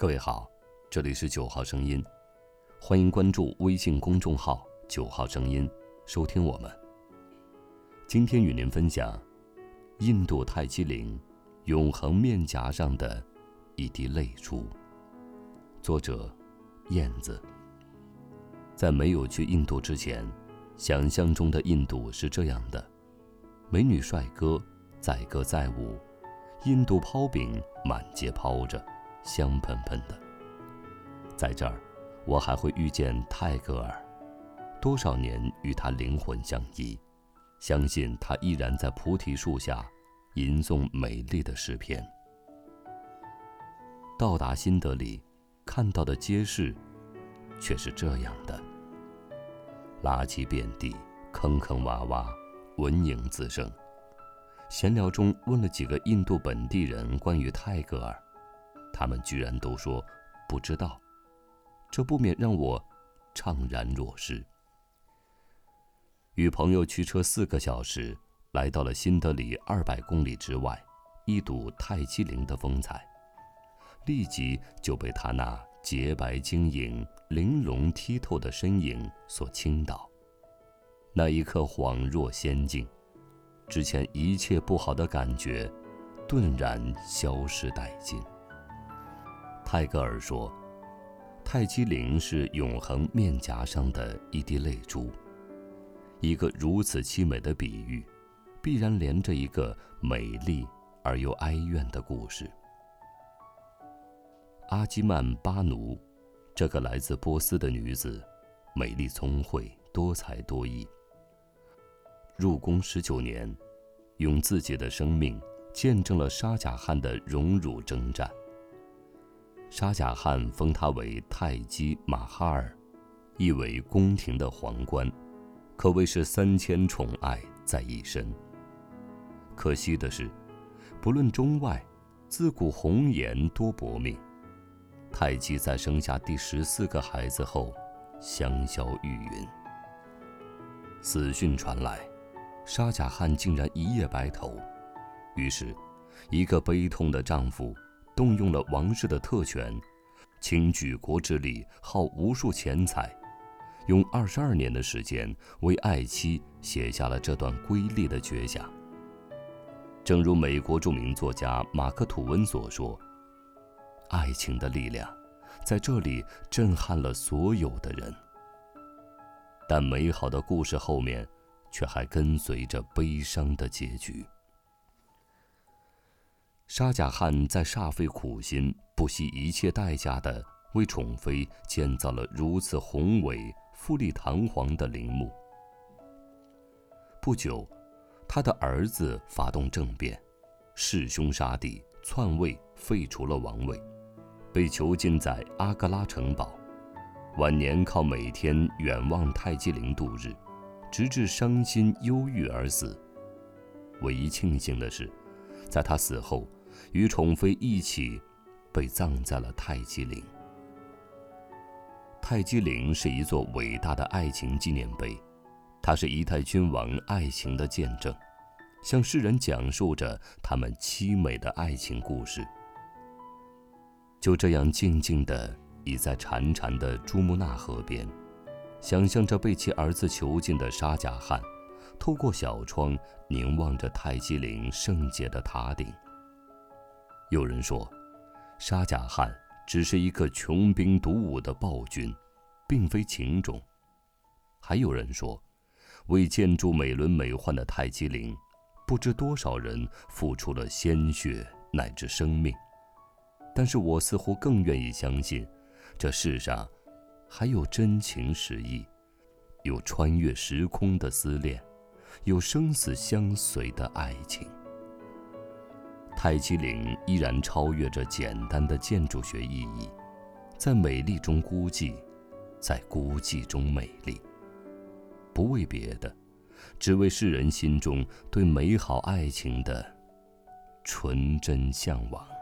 各位好，这里是9号声音，欢迎关注微信公众号9号声音，收听我们。今天与您分享印度泰姬陵永恒面颊上的一滴泪珠，作者燕子。在没有去印度之前，想象中的印度是这样的：美女帅哥载歌载舞，印度抛饼满街抛着，香喷喷的。在这儿，我还会遇见泰戈尔，多少年与他灵魂相依，相信他依然在菩提树下吟诵美丽的诗篇。到达新德里，看到的街市却是这样的：垃圾遍地，坑坑洼洼，蚊蝇滋生。闲聊中问了几个印度本地人关于泰戈尔，他们居然都说不知道，这不免让我怅然若失。与朋友驱车4个小时，来到了新德里200公里之外，一睹泰姬陵的风采，立即就被他那洁白晶莹、玲珑剔透的身影所倾倒。那一刻恍若仙境，之前一切不好的感觉顿然消失殆尽。泰戈尔说，泰姬陵是永恒面颊上的一滴泪珠，一个如此凄美的比喻，必然连着一个美丽而又哀怨的故事。阿基曼巴奴，这个来自波斯的女子，美丽聪慧，多才多艺。入宫19年，用自己的生命见证了沙贾汗的荣辱征战。沙贾汗封她为泰姬玛哈尔，意为宫廷的皇冠，可谓是3000宠爱在一身。可惜的是，不论中外，自古红颜多薄命。泰姬在生下第14个孩子后，香消玉殒。死讯传来，沙贾汗竟然一夜白头。于是，一个悲痛的丈夫动用了王室的特权，倾举国之力，耗无数钱财，用22年的时间为爱妻写下了这段瑰丽的绝响。正如美国著名作家马克·吐温所说，爱情的力量在这里震撼了所有的人。但美好的故事后面却还跟随着悲伤的结局。沙贾汗在煞费苦心，不惜一切代价地为宠妃建造了如此宏伟、富丽堂皇的陵墓。不久，他的儿子发动政变，弑兄杀弟，篡位，废除了王位，被囚禁在阿格拉城堡。晚年靠每天远望泰姬陵度日，直至伤心忧郁而死。唯一庆幸的是，在他死后，与宠妃一起被葬在了泰姬陵。泰姬陵是一座伟大的爱情纪念碑，它是一代君王爱情的见证，向世人讲述着他们凄美的爱情故事。就这样静静地倚在潺潺的朱木纳河边，想象着被其儿子囚禁的沙贾汗，透过小窗凝望着泰姬陵圣洁的塔顶。有人说，沙贾汗只是一个穷兵黩武的暴君，并非情种。还有人说，为建筑美轮美奂的泰姬陵，不知多少人付出了鲜血乃至生命。但是我似乎更愿意相信，这世上还有真情实意，有穿越时空的思恋，有生死相随的爱情。泰姬陵依然超越着简单的建筑学意义，在美丽中孤寂，在孤寂中美丽。不为别的，只为世人心中对美好爱情的纯真向往。